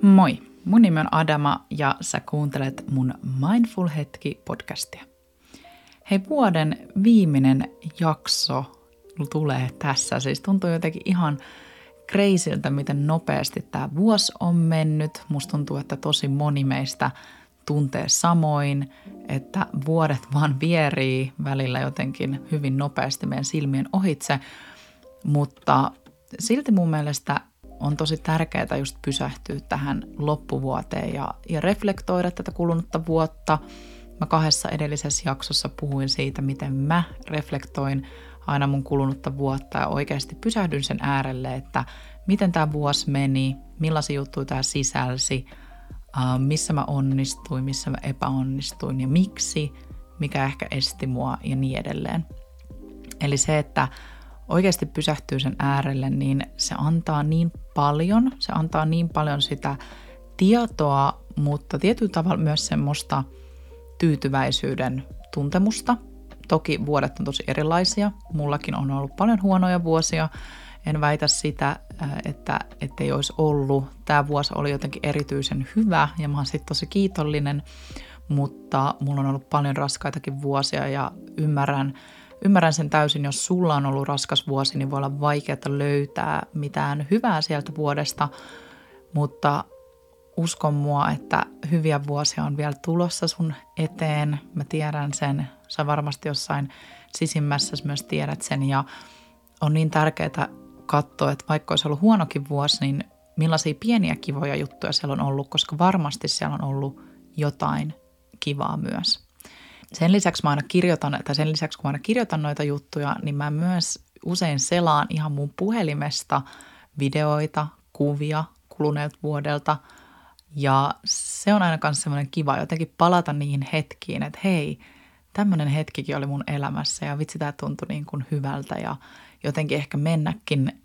Moi, mun nimi on Adama ja sä kuuntelet mun Mindful Hetki-podcastia. Hei, vuoden viimeinen jakso tulee tässä. Siis tuntuu jotenkin ihan crazyltä, miten nopeasti tää vuosi on mennyt. Musta tuntuu, että tosi moni meistä tuntee samoin, että vuodet vaan vierii välillä jotenkin hyvin nopeasti meidän silmien ohitse. Mutta silti mun mielestä on tosi tärkeää just pysähtyä tähän loppuvuoteen ja reflektoida tätä kulunutta vuotta. Mä 2 edellisessä jaksossa puhuin siitä, miten mä reflektoin aina mun kulunutta vuotta ja oikeasti pysähdyn sen äärelle, että miten tämä vuosi meni, millaisia juttuja tämä sisälsi, missä mä onnistuin, missä mä epäonnistuin ja miksi, mikä ehkä esti mua ja niin edelleen. Eli se, että oikeasti pysähtyy sen äärelle, niin se antaa niin paljon sitä tietoa, mutta tietyllä tavalla myös semmoista tyytyväisyyden tuntemusta. Toki vuodet on tosi erilaisia. Mullakin on ollut paljon huonoja vuosia. En väitä sitä, että ei olisi ollut. Tämä vuosi oli jotenkin erityisen hyvä ja mä oon siitä tosi kiitollinen, mutta mulla on ollut paljon raskaitakin vuosia ja Ymmärrän sen täysin, jos sulla on ollut raskas vuosi, niin voi olla vaikeaa löytää mitään hyvää sieltä vuodesta, mutta uskon mua, että hyviä vuosia on vielä tulossa sun eteen. Mä tiedän sen, sä varmasti jossain sisimmässä myös tiedät sen ja on niin tärkeää katsoa, että vaikka olisi ollut huonokin vuosi, niin millaisia pieniä kivoja juttuja siellä on ollut, koska varmasti siellä on ollut jotain kivaa myös. Sen lisäksi kun mä aina kirjoitan noita juttuja, niin mä myös usein selaan ihan mun puhelimesta videoita, kuvia kuluneelta vuodelta. Ja se on aina myös semmoinen kiva jotenkin palata niihin hetkiin, että hei, tämmöinen hetkikin oli mun elämässä ja vitsi, tää tuntui niin kuin hyvältä ja jotenkin ehkä mennäkin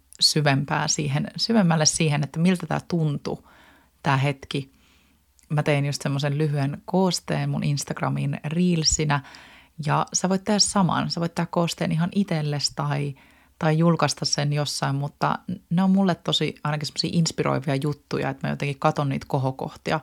syvemmälle siihen, että miltä tää tuntui, tää hetki. Mä tein just semmoisen lyhyen koosteen mun Instagramin reelsinä ja sä voit tehdä saman. Sä voit tehdä koosteen ihan itsellesi tai julkaista sen jossain, mutta ne on mulle tosi ainakin semmoisia inspiroivia juttuja, että mä jotenkin katon niitä kohokohtia.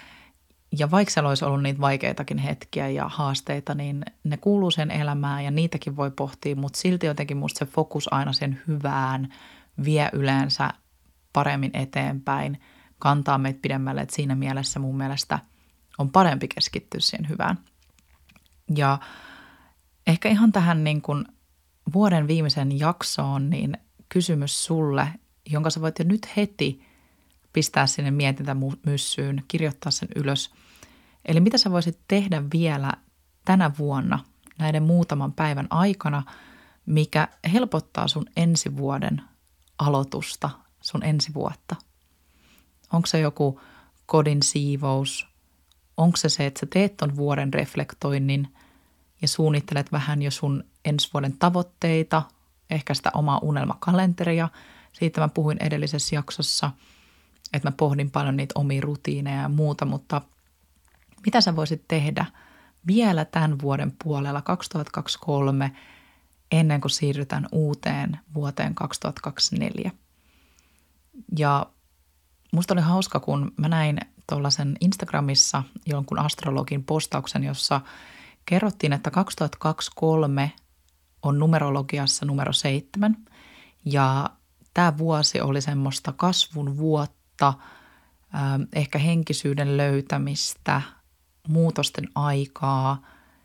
Ja vaikka siellä olisi ollut niitä vaikeitakin hetkiä ja haasteita, niin ne kuuluu sen elämään ja niitäkin voi pohtia, mutta silti jotenkin musta se fokus aina sen hyvään vie yleensä paremmin eteenpäin, kantaa meitä pidemmälle, että siinä mielessä mun mielestä on parempi keskittyä siihen hyvään. Ja ehkä ihan tähän niin kuin vuoden viimeisen jaksoon, niin kysymys sulle, jonka sä voit jo nyt heti pistää sinne mietintämyssyyn, kirjoittaa sen ylös. Eli mitä sä voisit tehdä vielä tänä vuonna näiden muutaman päivän aikana, mikä helpottaa sun ensi vuoden aloitusta, sun ensi vuotta. Onko se joku kodin siivous? Onko se, että sä teet ton vuoden reflektoinnin ja suunnittelet vähän jo sun ensi vuoden tavoitteita, ehkä sitä omaa unelmakalenteria. Siitä mä puhuin edellisessä jaksossa, että mä pohdin paljon niitä omia rutiineja ja muuta, mutta mitä sä voisit tehdä vielä tämän vuoden puolella 2023 ennen kuin siirrytään uuteen vuoteen 2024? Ja musta oli hauska, kun mä näin tuollaisen Instagramissa jonkun astrologin postauksen, jossa kerrottiin, että 2023 on numerologiassa numero 7 ja tämä vuosi oli semmoista kasvun vuotta, ehkä henkisyyden löytämistä, muutosten aikaa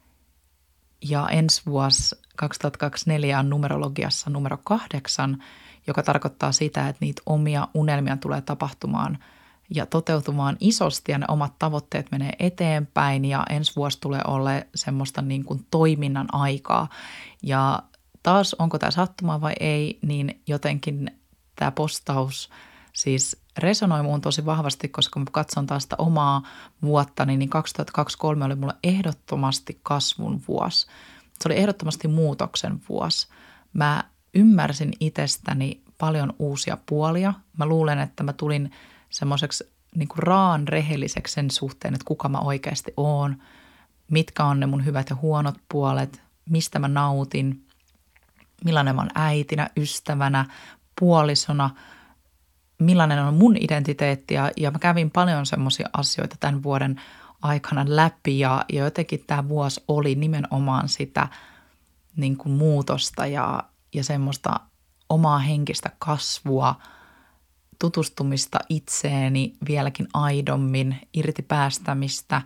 ja ensi vuosi 2024 on numerologiassa numero 8, joka tarkoittaa sitä, että niitä omia unelmia tulee tapahtumaan ja toteutumaan isosti ja ne omat tavoitteet menee eteenpäin ja ensi vuosi tulee olemaan semmoista niin kuin toiminnan aikaa. Ja taas onko tämä sattumaa vai ei, niin jotenkin tämä postaus siis resonoi muun tosi vahvasti, koska kun katson taas sitä omaa vuottani, niin 2023 oli mulle ehdottomasti kasvun vuosi. Se oli ehdottomasti muutoksen vuosi. Mä ymmärsin itsestäni paljon uusia puolia. Mä luulen, että mä tulin semmoiseksi niin kuin raan rehelliseksi sen suhteen, että kuka mä oikeasti oon, mitkä on ne mun hyvät ja huonot puolet, mistä mä nautin, millainen mä oon äitinä, ystävänä, puolisona, millainen on mun identiteetti ja mä kävin paljon semmoisia asioita tämän vuoden aikana läpi ja jotenkin tämä vuosi oli nimenomaan sitä niin kuin muutosta ja semmoista omaa henkistä kasvua, tutustumista itseeni vieläkin aidommin, irti päästämistä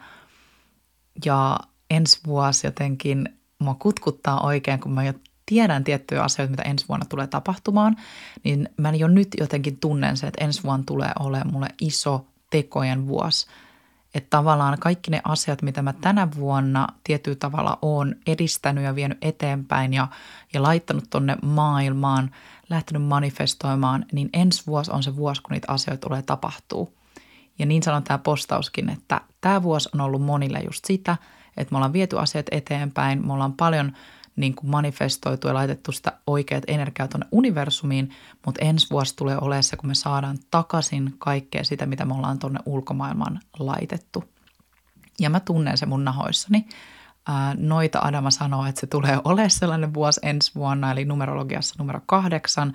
ja ensi vuosi jotenkin mua kutkuttaa oikein, kun mä jo tiedän tiettyjä asioita, mitä ensi vuonna tulee tapahtumaan, niin mä jo nyt jotenkin tunnen se, että ensi vuonna tulee olemaan mulle iso tekojen vuosi. Että tavallaan kaikki ne asiat, mitä mä tänä vuonna tietyllä tavalla oon edistänyt ja vienyt eteenpäin ja laittanut tonne maailmaan, lähtenyt manifestoimaan, niin ensi vuosi on se vuosi, kun niitä asioita tulee tapahtuu. Ja niin sanon tämä postauskin, että tämä vuosi on ollut monille just sitä, että me ollaan viety asiat eteenpäin, me ollaan paljon niin kuin manifestoitu ja laitettu sitä oikeat energiaa tuonne universumiin, mutta ensi vuosi tulee olemaan se, kun me saadaan takaisin kaikkea sitä, mitä me ollaan tuonne ulkomaailmaan laitettu. Ja mä tunnen se mun nahoissani. Noita Adama sanoo, että se tulee olemaan sellainen vuosi ensi vuonna, eli numerologiassa numero 8,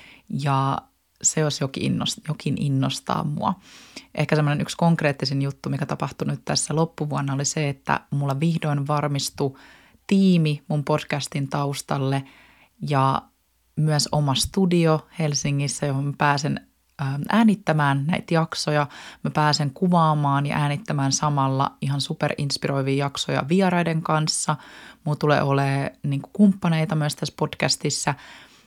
ja se jos jokin innostaa mua. Ehkä semmoinen yksi konkreettisin juttu, mikä tapahtui nyt tässä loppuvuonna, oli se, että mulla vihdoin varmistui tiimi mun podcastin taustalle ja myös oma studio Helsingissä, johon mä pääsen äänittämään näitä jaksoja. Mä pääsen kuvaamaan ja äänittämään samalla ihan superinspiroivia jaksoja vieraiden kanssa. Mulla tulee olemaan niin kuin kumppaneita myös tässä podcastissa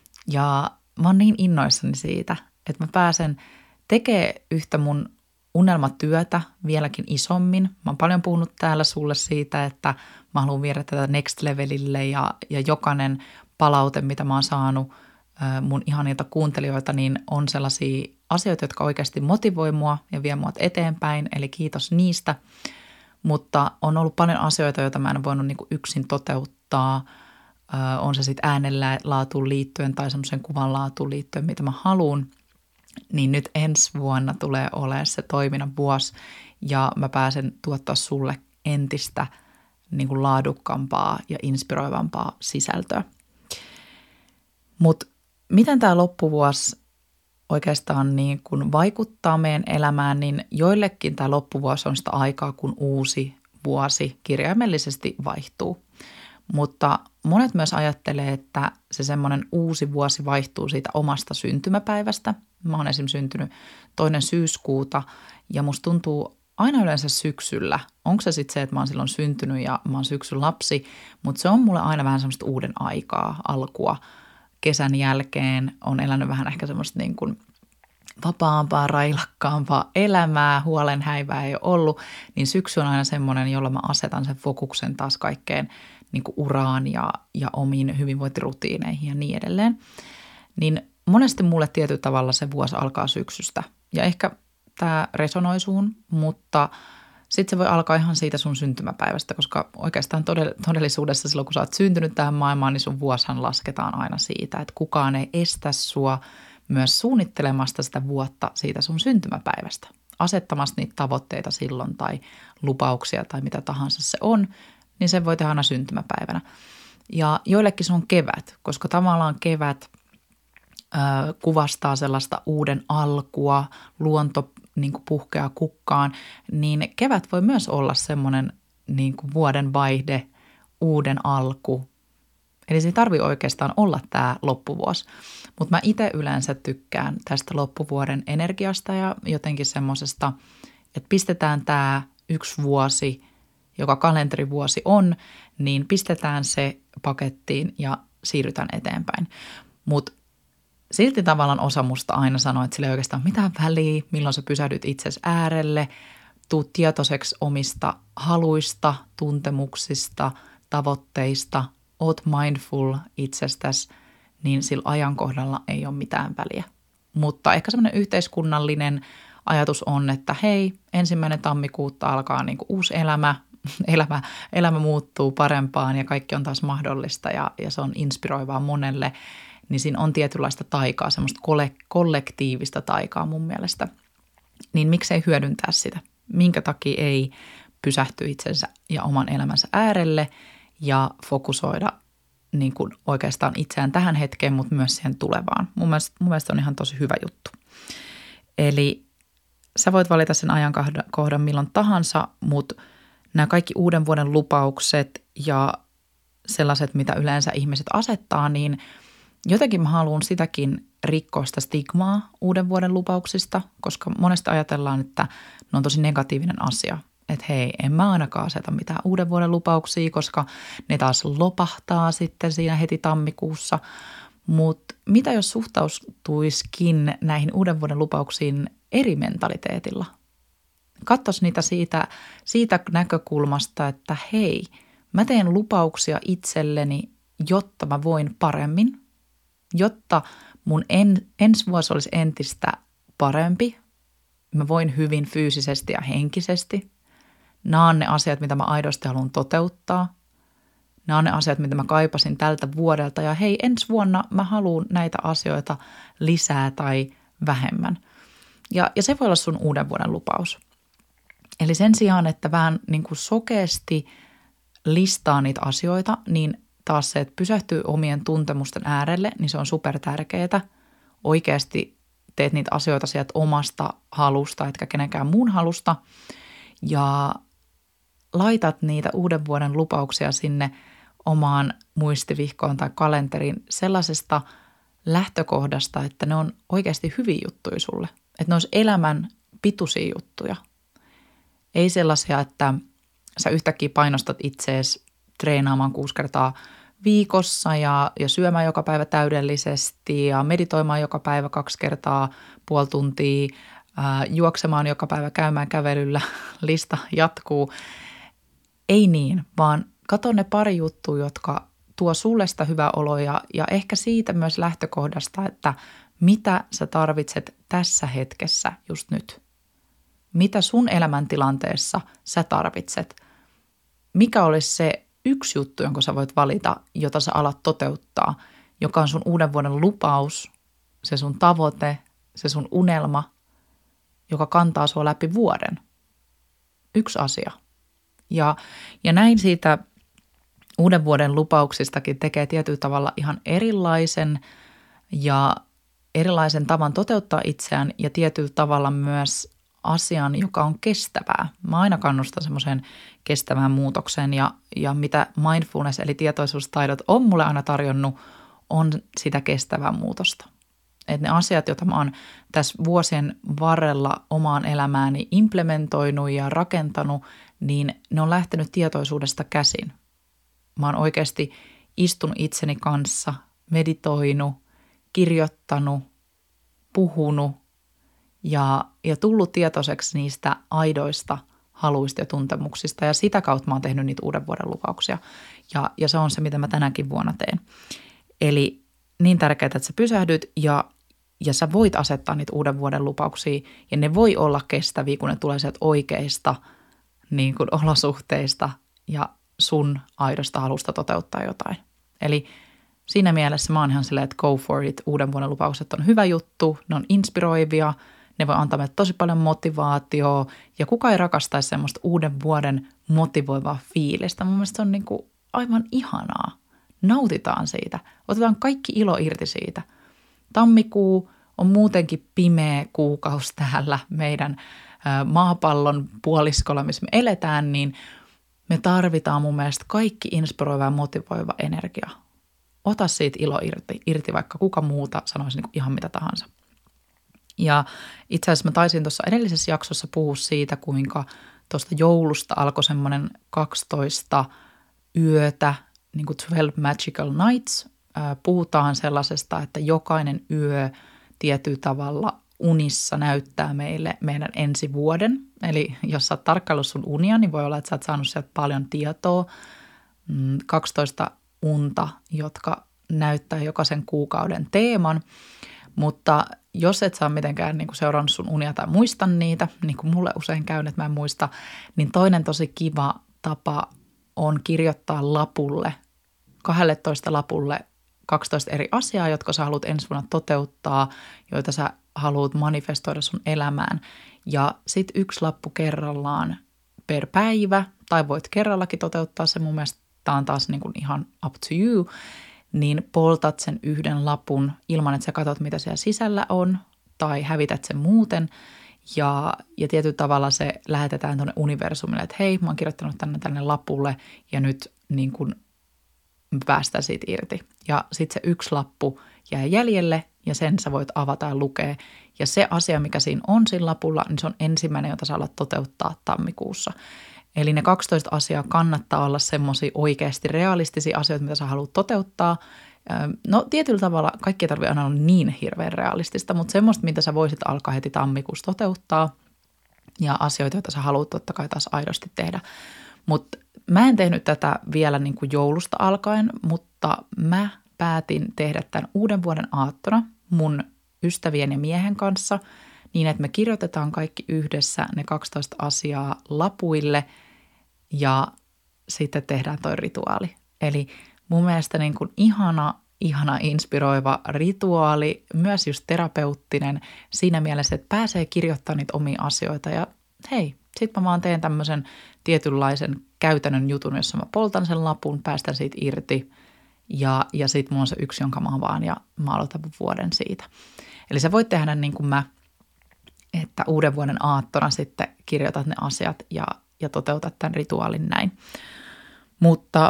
ja mä oon niin innoissani siitä, että mä pääsen tekemään yhtä mun unelmatyötä vieläkin isommin. Mä oon paljon puhunut täällä sulle siitä, että mä haluan viedä tätä next levelille ja jokainen palaute, mitä mä oon saanut mun ihanilta kuuntelijoilta, niin on sellaisia asioita, jotka oikeasti motivoi mua ja vie mua eteenpäin, eli kiitos niistä. Mutta on ollut paljon asioita, joita mä en voinut niin kuin yksin toteuttaa, on se sitten äänenlaatuun liittyen tai semmoisen kuvan laatuun liittyen, mitä mä haluan. Niin nyt ensi vuonna tulee olemaan se toiminnan vuosi ja mä pääsen tuottaa sulle entistä niin kuin laadukkaampaa ja inspiroivampaa sisältöä. Mutta miten tämä loppuvuosi oikeastaan niin kun vaikuttaa meidän elämään, niin joillekin tämä loppuvuosi on sitä aikaa, kun uusi vuosi kirjaimellisesti vaihtuu. Mutta monet myös ajattelee, että se semmoinen uusi vuosi vaihtuu siitä omasta syntymäpäivästä. Mä oon esimerkiksi syntynyt 2. syyskuuta ja musta tuntuu aina yleensä syksyllä. Onko se sitten se, että mä oon silloin syntynyt ja mä oon syksyn lapsi, mutta se on mulle aina vähän semmoista uuden aikaa, alkua. Kesän jälkeen on elänyt vähän ehkä semmoista niin kuin vapaampaa, railakkaampaa elämää, huolenhäivää ei ole ollut, niin syksy on aina semmoinen, jolla mä asetan sen fokuksen taas kaikkeen niin kuin uraan ja omiin hyvinvointirutiineihin ja niin edelleen. Niin monesti mulle tietyllä tavalla se vuosi alkaa syksystä ja ehkä tämä resonoi suun, mutta sitten se voi alkaa ihan siitä sun syntymäpäivästä, koska oikeastaan todellisuudessa silloin, kun sä oot syntynyt tähän maailmaan, niin sun vuoshan lasketaan aina siitä, että kukaan ei estä sua myös suunnittelemasta sitä vuotta siitä sun syntymäpäivästä, asettamasta niitä tavoitteita silloin tai lupauksia tai mitä tahansa se on, niin se voi tehdä aina syntymäpäivänä. Ja joillekin se on kevät, koska tavallaan kevät kuvastaa sellaista uuden alkua, luonto niin kuin puhkeaa kukkaan, niin kevät voi myös olla semmoinen niin kuin vuoden vaihde, uuden alku. Eli se ei tarvitse oikeastaan olla tämä loppuvuosi. Mutta mä itse yleensä tykkään tästä loppuvuoden energiasta ja jotenkin semmoisesta, että pistetään tämä yksi vuosi, joka kalenterivuosi on, niin pistetään se pakettiin ja siirrytään eteenpäin. Mutta silti tavallaan osa musta aina sanoo, että sillä ei oikeastaan mitään väliä, milloin sä pysähdyt itsesi äärelle, tuut tietoiseksi omista haluista, tuntemuksista, tavoitteista, oot mindful itsestäsi, niin sillä ajankohdalla ei ole mitään väliä. Mutta ehkä semmoinen yhteiskunnallinen ajatus on, että hei, 1. tammikuuta alkaa niinku uusi elämä muuttuu parempaan ja kaikki on taas mahdollista ja se on inspiroivaa monelle. Niin siinä on tietynlaista taikaa, semmoista kollektiivista taikaa mun mielestä. Niin miksei hyödyntää sitä? Minkä takia ei pysähtyä itsensä ja oman elämänsä äärelle ja fokusoida niin kuin oikeastaan itseään tähän hetkeen, mutta myös siihen tulevaan. Mun mielestä on ihan tosi hyvä juttu. Eli sä voit valita sen ajankohdan milloin tahansa, mutta nämä kaikki uuden vuoden lupaukset ja sellaiset, mitä yleensä ihmiset asettaa, niin jotenkin mä haluan sitäkin rikkoa sitä stigmaa uuden vuoden lupauksista, koska monesti ajatellaan, että ne on tosi negatiivinen asia. Että hei, en mä ainakaan aseta mitään uuden vuoden lupauksia, koska ne taas lopahtaa sitten siinä heti tammikuussa. Mutta mitä jos suhtautuisikin näihin uuden vuoden lupauksiin eri mentaliteetilla? Katsos niitä siitä näkökulmasta, että hei, mä teen lupauksia itselleni, jotta mä voin paremmin, jotta mun ensi vuosi olisi entistä parempi. Mä voin hyvin fyysisesti ja henkisesti. Nämä on ne asiat, mitä mä aidosti haluan toteuttaa. Nämä on ne asiat, mitä mä kaipasin tältä vuodelta. Ja hei, ensi vuonna mä haluan näitä asioita lisää tai vähemmän. Ja se voi olla sun uuden vuoden lupaus. Eli sen sijaan, että vähän niin kuin sokeasti listaa niitä asioita, niin taas se, että pysähtyy omien tuntemusten äärelle, niin se on super tärkeää. Oikeasti teet niitä asioita sieltä omasta halusta, etkä kenenkään muun halusta. Ja laitat niitä uuden vuoden lupauksia sinne omaan muistivihkoon tai kalenteriin sellaisesta lähtökohdasta, että ne on oikeasti hyviä juttuja sulle. Että ne olisi elämän pituisia juttuja. Ei sellaisia, että sä yhtäkkiä painostat itseesi treenaamaan 6 kertaa viikossa ja syömään joka päivä täydellisesti ja meditoimaan joka päivä 2 kertaa puoli tuntia, juoksemaan joka päivä, käymään kävelyllä, lista jatkuu. Ei niin, vaan katso ne pari juttua, jotka tuo sulle sitä hyvää oloa ja ehkä siitä myös lähtökohdasta, että mitä sä tarvitset tässä hetkessä just nyt. Mitä sun elämäntilanteessa sä tarvitset? Mikä olisi se yksi juttu, jonka sä voit valita, jota sä alat toteuttaa, joka on sun uuden vuoden lupaus, se sun tavoite, se sun unelma, joka kantaa sua läpi vuoden. Yksi asia. Ja näin siitä uuden vuoden lupauksistakin tekee tietyllä tavalla ihan erilaisen tavan toteuttaa itseään ja tietyllä tavalla myös asian, joka on kestävää. Mä aina kannustan semmoiseen kestävään muutokseen ja mitä mindfulness eli tietoisuustaidot on mulle aina tarjonnut, on sitä kestävää muutosta. Että ne asiat, joita mä oon tässä vuosien varrella omaan elämääni implementoinut ja rakentanut, niin ne on lähtenyt tietoisuudesta käsin. Mä oon oikeasti istunut itseni kanssa, meditoinut, kirjoittanut, puhunut ja tullut tietoiseksi niistä aidoista haluista ja tuntemuksista. Ja sitä kautta mä oon tehnyt niitä uuden vuoden lupauksia. Ja se on se, mitä mä tänäkin vuonna teen. Eli niin tärkeää, että sä pysähdyt ja sä voit asettaa niitä uuden vuoden lupauksia. Ja ne voi olla kestäviä, kun ne tulee sieltä oikeista niin kuin olosuhteista ja sun aidosta halusta toteuttaa jotain. Eli siinä mielessä mä oon ihan silleen, että go for it. Uuden vuoden lupaukset on hyvä juttu, ne on inspiroivia, ne voi antaa meille tosi paljon motivaatioa ja kuka ei rakastaisi semmoista uuden vuoden motivoivaa fiilistä. Mun mielestä se on niin kuin aivan ihanaa. Nautitaan siitä. Otetaan kaikki ilo irti siitä. Tammikuu on muutenkin pimeä kuukausi täällä meidän maapallon puoliskolla, missä me eletään, niin me tarvitaan mun mielestä kaikki inspiroiva ja motivoiva energia. Ota siitä ilo irti vaikka kuka muuta sanoisi niin ihan mitä tahansa. Ja itse asiassa mä taisin tuossa edellisessä jaksossa puhua siitä, kuinka tuosta joulusta alkoi semmoinen 12 yötä, niin kuin 12 Magical Nights. Puhutaan sellaisesta, että jokainen yö tietyllä tavalla unissa näyttää meille meidän ensi vuoden. Eli jos sä oot tarkkaillut sun unia, niin voi olla, että sä oot saanut sieltä paljon tietoa. 12 unta, jotka näyttää jokaisen kuukauden teeman. Mutta jos et saa mitenkään niin kuin seurannut sun unia tai muista niitä, niin kuin mulle usein käy, että mä en muista, niin toinen tosi kiva tapa on kirjoittaa lapulle, 12 lapulle 12 eri asiaa, jotka sä haluat ensi vuonna toteuttaa, joita sä haluat manifestoida sun elämään. Ja sit 1 lappu kerrallaan per päivä, tai voit kerrallakin toteuttaa se, mun mielestä tää on taas niin kuin ihan up to you, niin poltat sen 1 lapun ilman, että sä katsot, mitä siellä sisällä on. tai hävität sen muuten. Ja tietyllä tavalla se lähetetään tuonne universumille, että hei, mä oon kirjoittanut tänne lapulle ja nyt niin kuin päästään siitä irti. Ja sitten se yksi lappu jää jäljelle ja sen sä voit avata ja lukea. Ja se asia, mikä siinä on siinä lapulla, niin se on ensimmäinen, jota sä alat toteuttaa tammikuussa. Eli ne 12 asiaa kannattaa olla semmoisia oikeasti realistisia asioita, mitä sä haluat toteuttaa. No tietyllä tavalla kaikki ei tarvitse aina olla niin hirveän realistista, mutta semmoista, mitä sä voisit alkaa heti tammikuussa toteuttaa ja asioita, joita sä haluat totta kai taas aidosti tehdä. Mutta mä en tehnyt tätä vielä niin kuin joulusta alkaen, mutta mä päätin tehdä tämän uuden vuoden aattona mun ystävien ja miehen kanssa niin, että me kirjoitetaan kaikki yhdessä ne 12 asiaa lapuille ja sitten tehdään toi rituaali. Eli mun mielestä niin kuin ihana inspiroiva rituaali, myös just terapeuttinen siinä mielessä, että pääsee kirjoittamaan niitä omia asioita ja hei, sit mä vaan teen tämmöisen tietynlaisen käytännön jutun, jossa mä poltan sen lapun, päästän siitä irti ja sit mulla on se yksi, jonka mä avaan ja mä aloitan vuoden siitä. Eli sä voit tehdä niin kuin mä, että uuden vuoden aattona sitten kirjoitat ne asiat ja toteutat tämän rituaalin näin. Mutta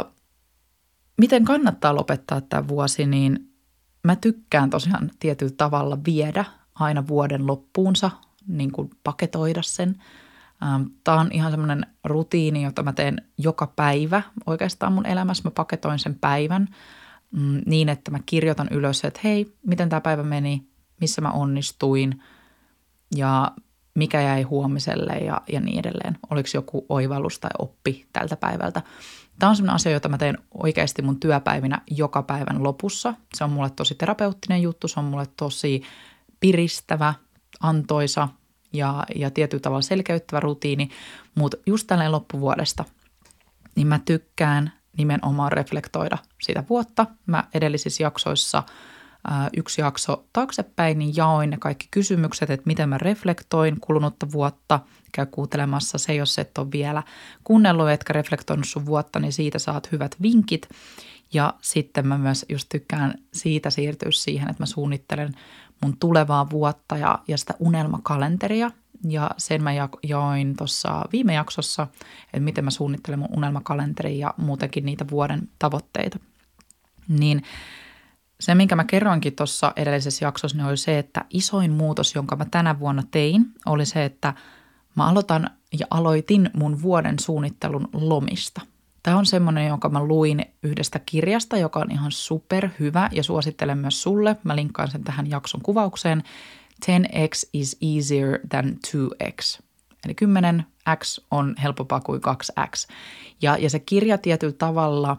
miten kannattaa lopettaa tämä vuosi, niin mä tykkään tosiaan tietyllä tavalla viedä aina vuoden loppuunsa, niin kuin paketoida sen. Tämä on ihan semmoinen rutiini, jota mä teen joka päivä oikeastaan mun elämässä. Mä paketoin sen päivän niin, että mä kirjoitan ylös, että hei, miten tämä päivä meni, missä mä onnistuin ja mikä jäi huomiselle ja niin edelleen. Oliko joku oivallus tai oppi tältä päivältä. Tämä on sellainen asia, jota mä teen oikeasti mun työpäivinä joka päivän lopussa. Se on mulle tosi terapeuttinen juttu, se on mulle tosi piristävä, antoisa ja tietyllä tavalla selkeyttävä rutiini. Mutta just tälleen loppuvuodesta, niin mä tykkään nimenomaan reflektoida sitä vuotta. Mä edellisissä jaksoissa yksi jakso taaksepäin, niin jaoin ne kaikki kysymykset, että miten mä reflektoin kulunutta vuotta. Käy kuuntelemassa se, jos et ole vielä kuunnellut etkä reflektoinut sun vuotta, niin siitä saat hyvät vinkit. Ja sitten mä myös just tykkään siitä siirtyä siihen, että mä suunnittelen mun tulevaa vuotta ja sitä unelmakalenteria. Ja sen mä jaoin tuossa viime jaksossa, että miten mä suunnittelen mun unelmakalenteria ja muutenkin niitä vuoden tavoitteita. Niin se, minkä mä kerroinkin tuossa edellisessä jaksossa, niin oli se, että isoin muutos, jonka mä tänä vuonna tein, oli se, että mä aloitin mun vuoden suunnittelun lomista. Tämä on semmoinen, jonka mä luin yhdestä kirjasta, joka on ihan superhyvä ja suosittelen myös sulle. Mä linkkaan sen tähän jakson kuvaukseen. 10x is easier than 2x. Eli 10x on helpompaa kuin 2x. Ja se kirja tietyllä tavalla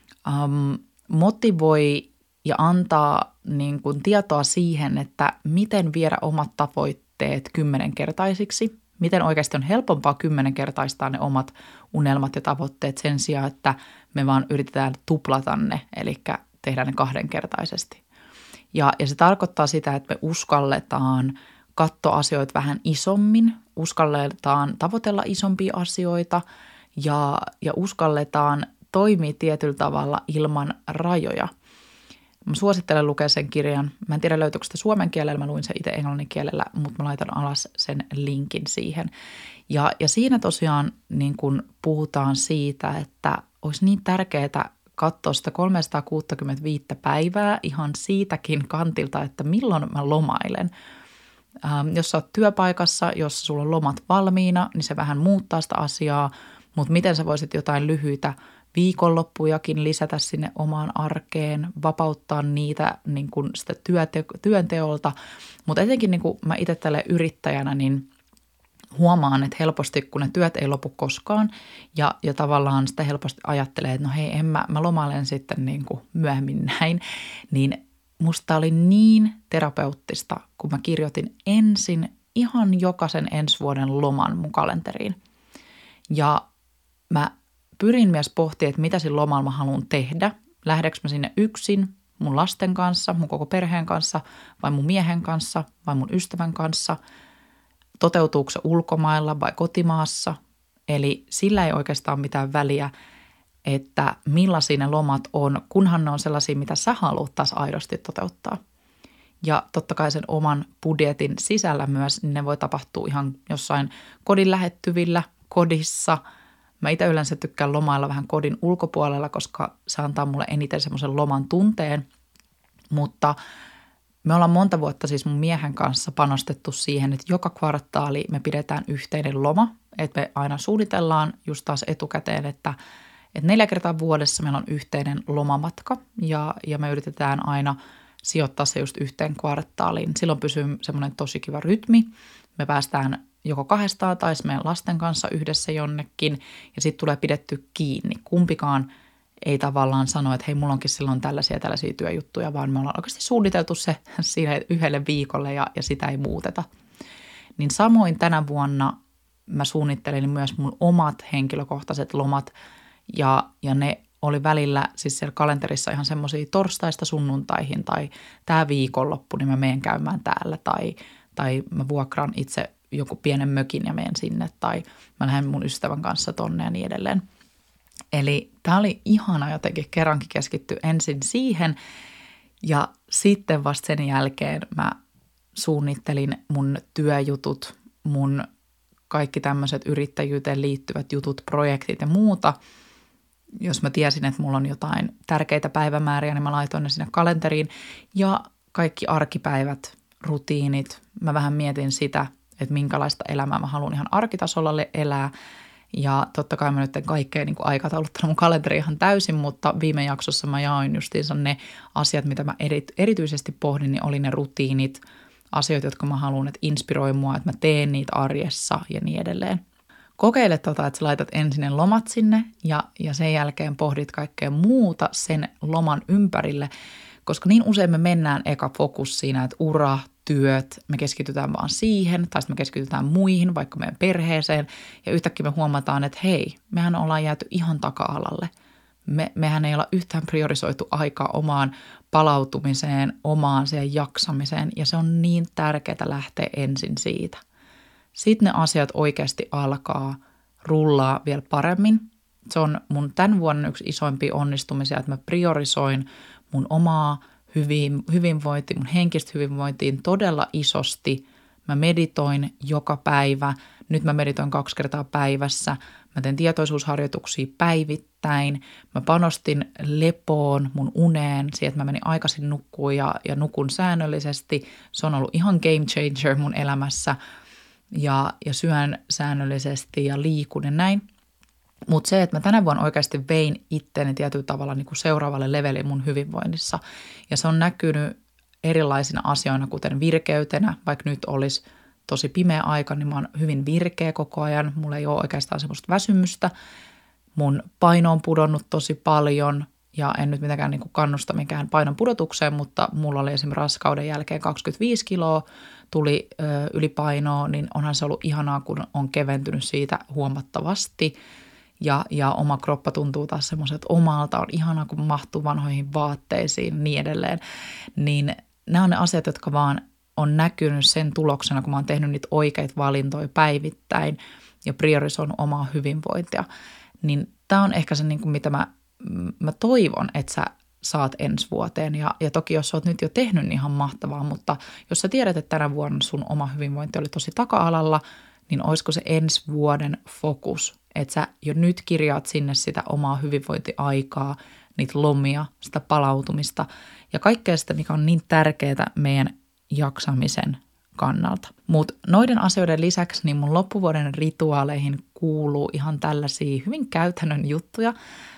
motivoi ja antaa niin kuin tietoa siihen, että miten viedä omat tavoitteet 10-kertaisiksi. Miten oikeasti on helpompaa 10-kertaistaa ne omat unelmat ja tavoitteet sen sijaan, että me vaan yritetään tuplata ne, eli tehdä ne 2-kertaisesti. Ja se tarkoittaa sitä, että me uskalletaan katsoa asioita vähän isommin, uskalletaan tavoitella isompia asioita ja uskalletaan toimia tietyllä tavalla ilman rajoja. Mä suosittelen lukea sen kirjan. Mä en tiedä löytyykö sitä suomen kielellä, mä luin sen itse englannin kielellä, mutta mä laitan alas sen linkin siihen. Ja siinä tosiaan niin kun puhutaan siitä, että olisi niin tärkeää katsoa sitä 365 päivää ihan siitäkin kantilta, että milloin mä lomailen. Jos sä oot työpaikassa, jossa sulla on lomat valmiina, niin se vähän muuttaa sitä asiaa, mutta miten sä voisit jotain lyhyitä viikonloppujakin lisätä sinne omaan arkeen, vapauttaa niitä niin kuin sitä työnteolta. Mutta etenkin niin kuin mä itse tälle yrittäjänä, niin huomaan, että helposti kun ne työt ei lopu koskaan ja tavallaan sitä helposti ajattelee, että no hei, mä lomailen sitten niin kuin myöhemmin näin, niin musta oli niin terapeuttista, kun mä kirjoitin ensin ihan jokaisen ensi vuoden loman mun kalenteriin. Ja mä pyrin myös pohtimaan, että mitä siinä lomalla mä haluan tehdä. Lähdekö mä sinne yksin, mun lasten kanssa, mun koko perheen kanssa, vai mun miehen kanssa, vai mun ystävän kanssa. Toteutuuko se ulkomailla vai kotimaassa? Eli sillä ei oikeastaan mitään väliä, että millaisia ne lomat on, kunhan ne on sellaisia, mitä sä haluat taas aidosti toteuttaa. ja totta kai sen oman budjetin sisällä myös, niin ne voi tapahtua ihan jossain kodin lähettyvillä, kodissa. Mä itse yleensä tykkään lomailla vähän kodin ulkopuolella, koska se antaa mulle eniten semmoisen loman tunteen, mutta me ollaan monta vuotta siis mun miehen kanssa panostettu siihen, että joka kvartaali me pidetään yhteinen loma, että me aina suunnitellaan just taas etukäteen, että 4 kertaa vuodessa meillä on yhteinen lomamatka ja me yritetään aina sijoittaa se just yhteen kvartaaliin. Silloin pysyy semmoinen tosi kiva rytmi. Me päästään joko kahdestaan tai meidän lasten kanssa yhdessä jonnekin ja sitten tulee pidetty kiinni. Kumpikaan ei tavallaan sano, että hei, mulla onkin silloin tällaisia työjuttuja, vaan me ollaan oikeasti suunniteltu se siinä yhdelle viikolle ja sitä ei muuteta. Niin samoin tänä vuonna mä suunnittelin myös mun omat henkilökohtaiset lomat ja ne oli välillä siis siellä kalenterissa ihan semmoisia torstaista sunnuntaihin tai tämä viikonloppu, niin mä menen käymään täällä tai mä vuokran itse joku pienen mökin ja menen sinne tai mä lähden mun ystävän kanssa tonne ja niin edelleen. Eli tämä oli ihana jotenkin kerrankin keskittyä ensin siihen ja sitten vasta sen jälkeen mä suunnittelin mun työjutut, mun kaikki tämmöiset yrittäjyyteen liittyvät jutut, projektit ja muuta. Jos mä tiesin, että mulla on jotain tärkeitä päivämääriä, niin mä laitoin ne sinne kalenteriin ja kaikki arkipäivät, rutiinit. Mä vähän mietin sitä, että minkälaista elämää mä haluan ihan arkitasolla elää. Ja totta kai mä nyt en kaikkea niin kuin aikatauluttanut mun kalenteri ihan täysin, mutta viime jaksossa mä jaoin justiinsa ne asiat, mitä mä erityisesti pohdin, niin oli ne rutiinit, asioita, jotka mä haluan, että inspiroi mua, että mä teen niitä arjessa ja niin edelleen. Kokeile että sä laitat ensin ne lomat sinne ja sen jälkeen pohdit kaikkea muuta sen loman ympärille, koska niin usein me mennään eka fokus siinä, että ura, työt, me keskitytään vaan siihen tai sitten me keskitytään muihin, vaikka meidän perheeseen ja yhtäkkiä me huomataan, että hei, mehän ollaan jääty ihan taka-alalle. Mehän ei olla yhtään priorisoitu aikaa omaan palautumiseen, omaan siihen jaksamiseen ja se on niin tärkeää lähteä ensin siitä. Sitten ne asiat oikeasti alkaa rullaa vielä paremmin. Se on mun tämän vuoden yksi isoimpia onnistumisia, että mä priorisoin mun omaa hyvinvointia, mun henkistä hyvinvointiin todella isosti. Mä meditoin joka päivä. Nyt mä meditoin 2 kertaa päivässä. Mä teen tietoisuusharjoituksia päivittäin. Mä panostin lepoon, mun uneen, siihen, että mä menin aikaisin nukkuun ja nukun säännöllisesti. Se on ollut ihan game changer mun elämässä. Ja syön säännöllisesti ja liikun ja näin. Mutta se, että mä tänä vuonna oikeasti vein itteeni tietyllä tavalla niin kuin seuraavalle levelille mun hyvinvoinnissa. Ja se on näkynyt erilaisina asioina, kuten virkeytenä, vaikka nyt olisi tosi pimeä aika, niin mä oon hyvin virkeä koko ajan. Mulla ei ole oikeastaan semmoista väsymystä. Mun paino on pudonnut tosi paljon ja en nyt mitenkään niin kuin kannusta mikään painon pudotukseen, mutta mulla oli esimerkiksi raskauden jälkeen 25 kiloa tuli ylipainoa, niin onhan se ollut ihanaa, kun on keventynyt siitä huomattavasti. Ja oma kroppa tuntuu taas semmoiselta omalta, on ihanaa, kun mahtuu vanhoihin vaatteisiin ja niin edelleen. Niin nämä on ne asiat, jotka vaan on näkynyt sen tuloksena, kun mä oon tehnyt niitä oikeita valintoja päivittäin ja priorisoinut omaa hyvinvointia. Niin tämä on ehkä se, niin kuin mitä mä toivon, että sä saat ensi vuoteen. Ja toki jos sä oot nyt jo tehnyt, niin ihan mahtavaa, mutta jos sä tiedät, että tänä vuonna sun oma hyvinvointi oli tosi taka-alalla, niin olisiko se ensi vuoden fokus, että sä jo nyt kirjaat sinne sitä omaa hyvinvointiaikaa, niitä lomia, sitä palautumista ja kaikkea sitä, mikä on niin tärkeää meidän jaksamisen kannalta. Mutta noiden asioiden lisäksi niin mun loppuvuoden rituaaleihin kuuluu ihan tällaisia hyvin käytännön juttuja,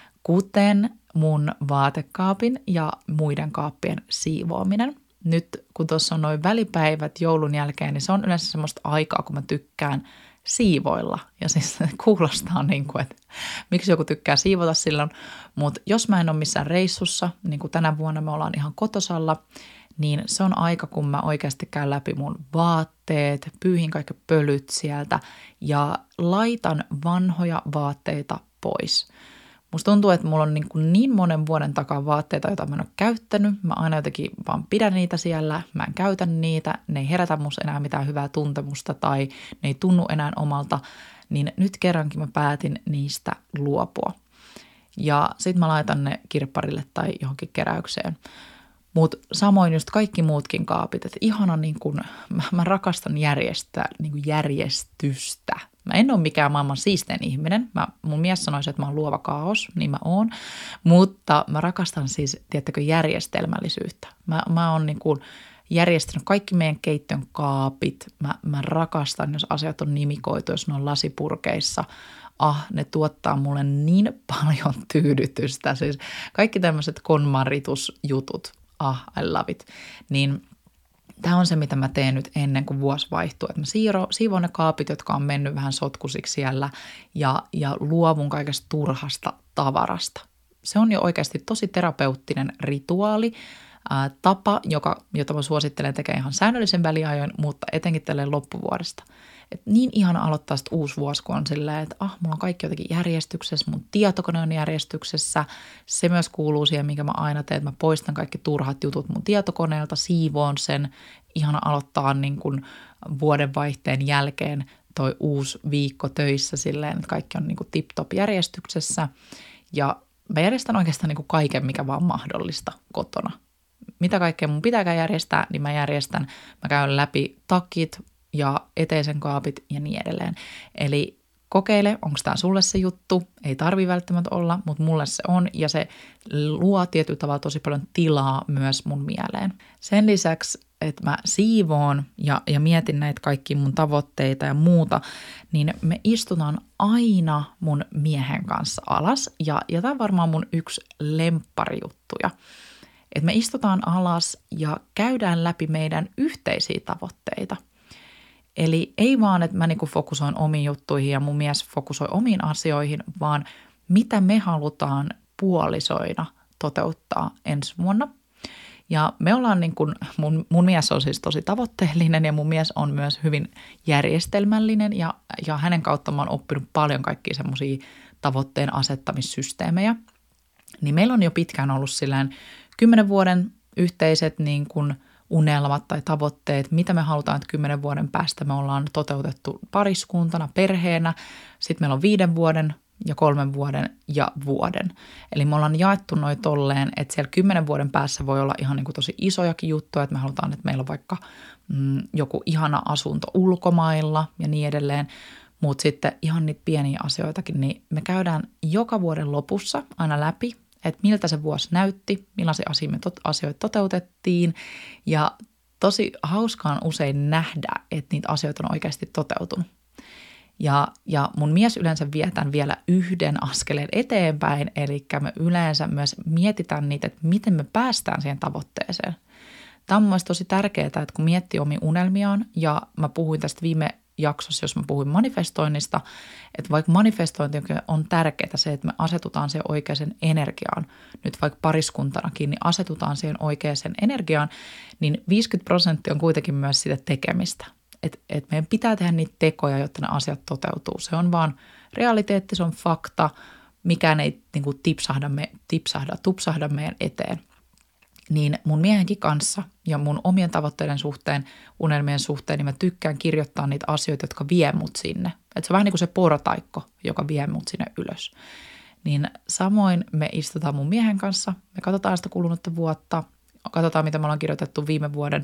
kuten mun vaatekaapin ja muiden kaappien siivoaminen. Nyt kun tuossa on noin välipäivät joulun jälkeen, niin se on yleensä semmoista aikaa, kun mä tykkään siivoilla. Ja siis kuulostaa niin kuin, että miksi joku tykkää siivota silloin. Mutta jos mä en ole missään reissussa, niin kuin tänä vuonna me ollaan ihan kotosalla, niin se on aika, kun mä oikeasti käyn läpi mun vaatteet, pyyhin kaikki pölyt sieltä ja laitan vanhoja vaatteita pois. Musta tuntuu, että mulla on niin monen vuoden takaa vaatteita, joita mä en ole käyttänyt. Mä aina jotenkin vaan pidän niitä siellä, mä en käytä niitä, ne ei herätä musta enää mitään hyvää tuntemusta tai ne ei tunnu enää omalta. Niin nyt kerrankin mä päätin niistä luopua. Ja sit mä laitan ne kirpparille tai johonkin keräykseen. Mutta samoin just kaikki muutkin kaapit, että ihana niin kun, mä rakastan järjestystä. Mä en ole mikään maailman siistein ihminen. Mun mies sanoisi, että mä oon luova kaos, niin mä oon. Mutta mä rakastan siis, tiedättekö, järjestelmällisyyttä. Mä oon niin kun järjestänyt kaikki meidän keittiön kaapit. Mä rakastan, jos asiat on nimikoitu, jos ne on lasipurkeissa. Ne tuottaa mulle niin paljon tyydytystä. Siis kaikki tämmöiset konmaritusjutut. I love it. Niin tämä on se, mitä mä teen nyt ennen kuin vuosi vaihtuu. Että mä siivoon ne kaapit, jotka on mennyt vähän sotkusiksi siellä ja luovun kaikesta turhasta tavarasta. Se on jo oikeasti tosi terapeuttinen rituaali, tapa, jota mä suosittelen tekemään ihan säännöllisen väliajoin, mutta etenkin tälleen loppuvuodesta. Et niin ihana aloittaa sitten uusi vuosi, kun on silleen, että mulla on kaikki jotenkin järjestyksessä, mun tietokone on järjestyksessä. Se myös kuuluu siihen, minkä mä aina teen, että mä poistan kaikki turhat jutut mun tietokoneelta, siivoon sen. Ihana aloittaa niin kuin vuodenvaihteen jälkeen toi uusi viikko töissä silleen, että kaikki on niin kuin tip-top järjestyksessä. Ja mä järjestän oikeastaan niin kuin kaiken, mikä vaan mahdollista kotona. Mitä kaikkea mun pitääkään järjestää, niin mä järjestän. Mä käyn läpi takit ja eteisen kaapit ja niin edelleen. Eli kokeile, onko tämä sulle se juttu. Ei tarvi välttämättä olla, mutta mulle se on ja se luo tietyllä tavalla tosi paljon tilaa myös mun mieleen. Sen lisäksi, että mä siivoon ja mietin näitä kaikki mun tavoitteita ja muuta, niin me istutaan aina mun miehen kanssa alas ja tämä on varmaan mun yksi lempparijuttuja. Että me istutaan alas ja käydään läpi meidän yhteisiä tavoitteita. Eli ei vaan, että mä niinku fokusoin omiin juttuihin ja mun mies fokusoi omiin asioihin, vaan mitä me halutaan puolisoina toteuttaa ensi vuonna. Ja me ollaan niin kuin, mun mies on siis tosi tavoitteellinen ja mun mies on myös hyvin järjestelmällinen ja hänen kautta mä oon oppinut paljon kaikkia semmoisia tavoitteen asettamissysteemejä. Niin meillä on jo pitkään ollut silleen 10 vuoden yhteiset niin kuin unelmat tai tavoitteet, mitä me halutaan, että 10 vuoden päästä me ollaan toteutettu pariskuntana, perheenä. Sitten meillä on 5 vuoden ja 3 vuoden ja vuoden. Eli me ollaan jaettu noin tolleen, että siellä 10 vuoden päässä voi olla ihan niin kuin tosi isojakin juttuja, että me halutaan, että meillä on vaikka joku ihana asunto ulkomailla ja niin edelleen. Mutta sitten ihan niitä pieniä asioitakin, niin me käydään joka vuoden lopussa aina läpi, että miltä se vuosi näytti, millaisia asioita toteutettiin ja tosi hauskaa on usein nähdä, että niitä asioita on oikeasti toteutunut. Ja mun mies yleensä vietään vielä yhden askeleen eteenpäin, eli me yleensä myös mietitään niitä, että miten me päästään siihen tavoitteeseen. Tämä on mun mielestä tosi tärkeää, että kun miettii omia unelmiaan, ja mä puhuin tästä viime jaksossa, jos mä puhuin manifestoinnista, että vaikka manifestointi on tärkeää se, että me asetutaan siihen oikeaan energiaan, nyt vaikka pariskuntanakin, niin asetutaan siihen oikeaan energiaan, niin 50% on kuitenkin myös sitä tekemistä. Että meidän pitää tehdä niitä tekoja, jotta ne asiat toteutuu. Se on vaan realiteetti, se on fakta, mikään ei niin kuin tupsahda meidän eteen. Niin mun miehenkin kanssa ja mun omien tavoitteiden suhteen, unelmien suhteen, niin mä tykkään kirjoittaa niitä asioita, jotka vie mut sinne. Että se on vähän niin kuin se portaikko, joka vie mut sinne ylös. Niin samoin me istutaan mun miehen kanssa, me katsotaan sitä kulunutta vuotta, katsotaan mitä me ollaan kirjoitettu viime vuoden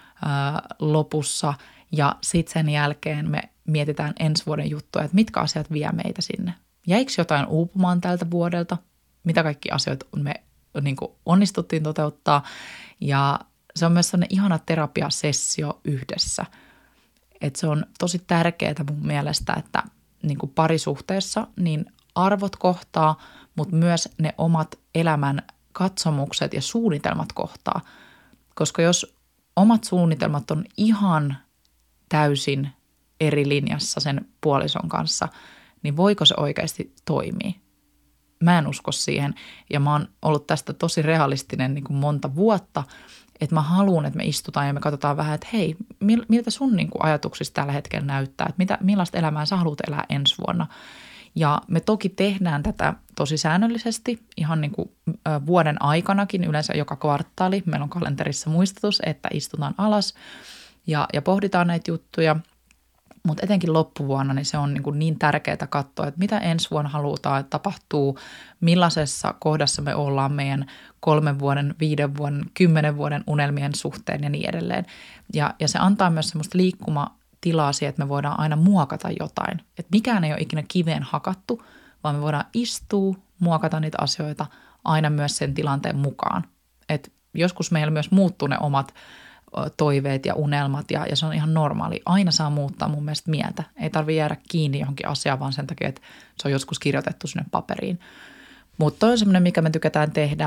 lopussa ja sitten sen jälkeen me mietitään ensi vuoden juttuja, että mitkä asiat vie meitä sinne. Jäikö jotain uupumaan tältä vuodelta? Mitä kaikki asioita me niin kuin onnistuttiin toteuttaa? Ja se on myös sellainen ihana terapiasessio yhdessä. Että se on tosi tärkeää mun mielestä, että niin kuin parisuhteessa niin arvot kohtaa, mutta myös ne omat elämän katsomukset ja suunnitelmat kohtaa. Koska jos omat suunnitelmat on ihan täysin eri linjassa sen puolison kanssa, niin voiko se oikeasti toimia? Mä en usko siihen ja mä oon ollut tästä tosi realistinen niin kuin monta vuotta, että mä haluan, että me istutaan ja me katsotaan vähän, että hei, miltä sun niin kuin ajatuksista tällä hetkellä näyttää, että millaista elämää sä haluat elää ensi vuonna. Ja me toki tehdään tätä tosi säännöllisesti ihan niin kuin vuoden aikanakin, yleensä joka kvartaali. Meillä on kalenterissa muistutus, että istutaan alas ja pohditaan näitä juttuja. Mutta etenkin loppuvuonna niin se on niin tärkeää katsoa, että mitä ensi vuonna halutaan, että tapahtuu, millaisessa kohdassa me ollaan meidän 3 vuoden, 5 vuoden, 10 vuoden unelmien suhteen ja niin edelleen. Ja se antaa myös semmoista liikkumatilaa siihen, että me voidaan aina muokata jotain. Että mikään ei ole ikinä kiveen hakattu, vaan me voidaan istua, muokata niitä asioita aina myös sen tilanteen mukaan. Et joskus meillä myös muuttuu ne omat toiveet ja unelmat ja se on ihan normaali. Aina saa muuttaa mun mielestä mieltä. Ei tarvitse jäädä kiinni johonkin asiaan vaan sen takia, että se on joskus kirjoitettu sinne paperiin. Mutta toi on semmoinen, mikä me tykätään tehdä.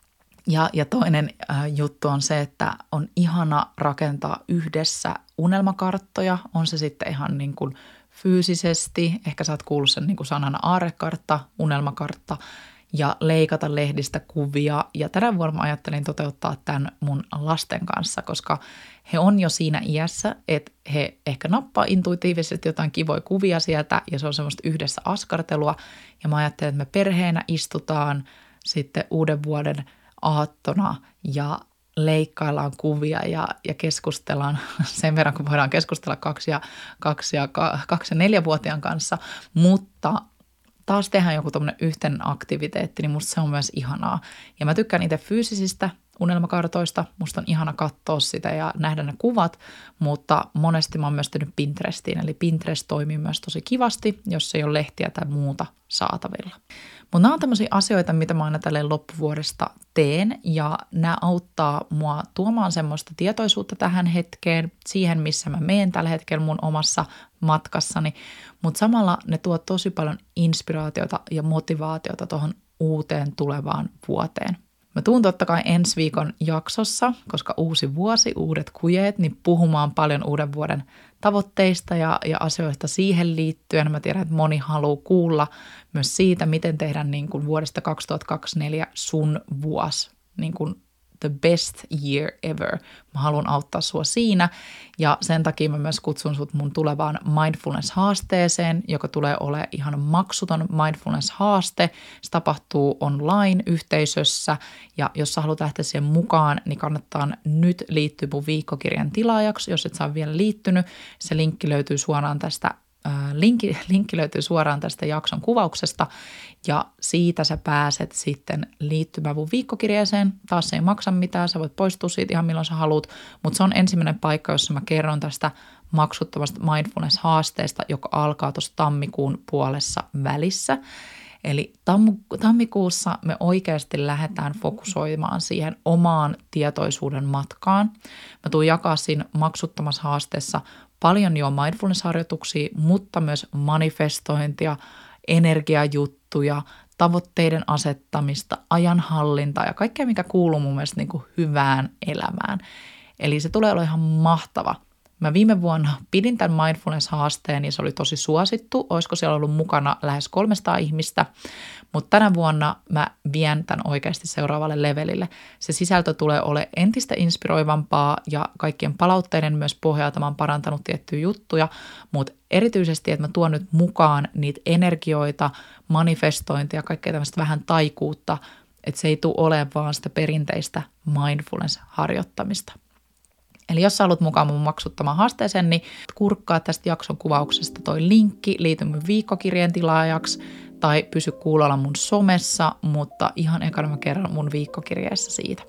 Ja toinen juttu on se, että on ihana rakentaa yhdessä unelmakarttoja. On se sitten ihan niin kuin fyysisesti, ehkä sä oot kuullut sen niin kuin sanana aarrekartta, unelmakartta, ja leikata lehdistä kuvia. Ja tänä vuonna mä ajattelin toteuttaa tämän mun lasten kanssa, koska he on jo siinä iässä, että he ehkä nappaa intuitiivisesti jotain kivoja kuvia sieltä ja se on semmoista yhdessä askartelua. Ja mä ajattelin, että me perheenä istutaan sitten uuden vuoden aattona ja leikkaillaan kuvia ja keskustellaan sen verran, kun voidaan keskustella 2- ja 4-vuotiaan kanssa, mutta taas tehdään joku tommoinen yhteinen aktiviteetti, niin musta se on myös ihanaa. Ja mä tykkään itse fyysisistä unelmakartoista, musta on ihana katsoa sitä ja nähdä ne kuvat, mutta monesti mä oon myös tehnyt Pinterestiin, eli Pinterest toimii myös tosi kivasti, jos ei ole lehtiä tai muuta saatavilla. Mutta nämä on tämmöisiä asioita, mitä mä aina tälleen loppuvuodesta teen, ja nämä auttaa mua tuomaan semmoista tietoisuutta tähän hetkeen, siihen missä mä meen tällä hetkellä mun omassa matkassani, mutta samalla ne tuo tosi paljon inspiraatiota ja motivaatiota tuohon uuteen tulevaan vuoteen. Mä tuun totta kai ensi viikon jaksossa, koska uusi vuosi, uudet kujeet, niin puhumaan paljon uuden vuoden tavoitteista ja asioista siihen liittyen. Mä tiedän, että moni haluaa kuulla myös siitä, miten tehdä niin kuin vuodesta 2024 sun vuosi, niin kuin the best year ever. Mä haluan auttaa sua siinä ja sen takia mä myös kutsun sut mun tulevaan mindfulness-haasteeseen, joka tulee olemaan ihan maksuton mindfulness-haaste. Se tapahtuu online-yhteisössä ja jos sä haluat lähteä siihen mukaan, niin kannattaa nyt liittyä mun viikkokirjan tilaajaksi, jos et saa vielä liittynyt. Se linkki löytyy suoraan tästä Linkki löytyy suoraan tästä jakson kuvauksesta ja siitä sä pääset sitten liittymään mun viikkokirjeeseen. Taas se ei maksa mitään, sä voit poistua siitä ihan milloin sä haluat, mutta se on ensimmäinen paikka, jossa mä kerron tästä maksuttomasta mindfulness-haasteesta, joka alkaa tuossa tammikuun puolessa välissä. Eli tammikuussa me oikeasti lähdetään fokusoimaan siihen omaan tietoisuuden matkaan. Mä tuun jakaa siinä maksuttomassa haasteessa paljon jo mindfulness-harjoituksia, mutta myös manifestointia, energiajuttuja, tavoitteiden asettamista, ajanhallintaa ja kaikkea, mikä kuuluu mun mielestä niin kuin hyvään elämään. Eli se tulee olla ihan mahtava. Mä viime vuonna pidin tämän mindfulness-haasteen ja se oli tosi suosittu. Olisiko siellä ollut mukana lähes 300 ihmistä, mutta tänä vuonna mä vien tämän oikeasti seuraavalle levelille. Se sisältö tulee olemaan entistä inspiroivampaa ja kaikkien palautteiden myös pohjalta mä oon parantanut tiettyjä juttuja, mutta erityisesti, että mä tuon nyt mukaan niitä energioita, manifestointia ja kaikkea tämmöistä vähän taikuutta, että se ei tule olemaan vaan sitä perinteistä mindfulness-harjoittamista. Eli jos sä haluat mukaan mun maksuttamaan haasteeseen, niin kurkkaa tästä jakson kuvauksesta toi linkki, liity mun viikkokirjeen tilaajaksi tai pysy kuulolla mun somessa, mutta ihan ekana mä kerron mun viikkokirjeessä siitä.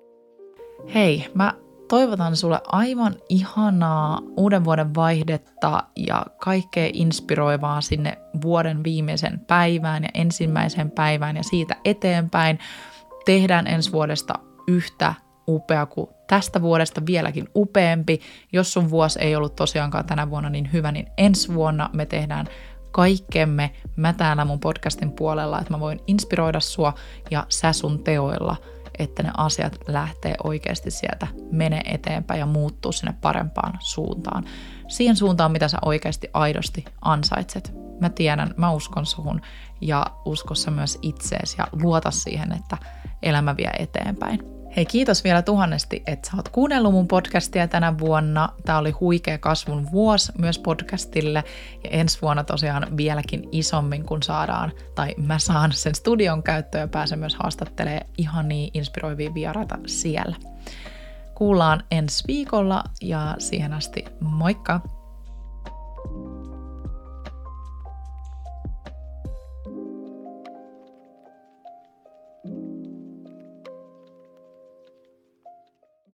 Hei, mä toivotan sulle aivan ihanaa uuden vuoden vaihdetta ja kaikkea inspiroivaa sinne vuoden viimeisen päivään ja ensimmäisen päivään ja siitä eteenpäin. Tehdään ensi vuodesta yhtä upea kuin tästä vuodesta vieläkin upeampi. Jos sun vuosi ei ollut tosiaankaan tänä vuonna niin hyvä, niin ensi vuonna me tehdään kaikkemme. Mä täällä mun podcastin puolella, että mä voin inspiroida sua ja sä sun teoilla, että ne asiat lähtee oikeasti sieltä, menee eteenpäin ja muuttuu sinne parempaan suuntaan. Siihen suuntaan, mitä sä oikeasti aidosti ansaitset. Mä tiedän, mä uskon suhun ja uskossa myös itseesi ja luota siihen, että elämä vie eteenpäin. Hei, kiitos vielä tuhannesti, että sä oot kuunnellut mun podcastia tänä vuonna. Tää oli huikea kasvun vuosi myös podcastille ja ensi vuonna tosiaan vieläkin isommin, kun mä saan sen studion käyttöön ja pääsen myös haastattelemaan ihania inspiroivia vieraita siellä. Kuullaan ensi viikolla ja siihen asti moikka!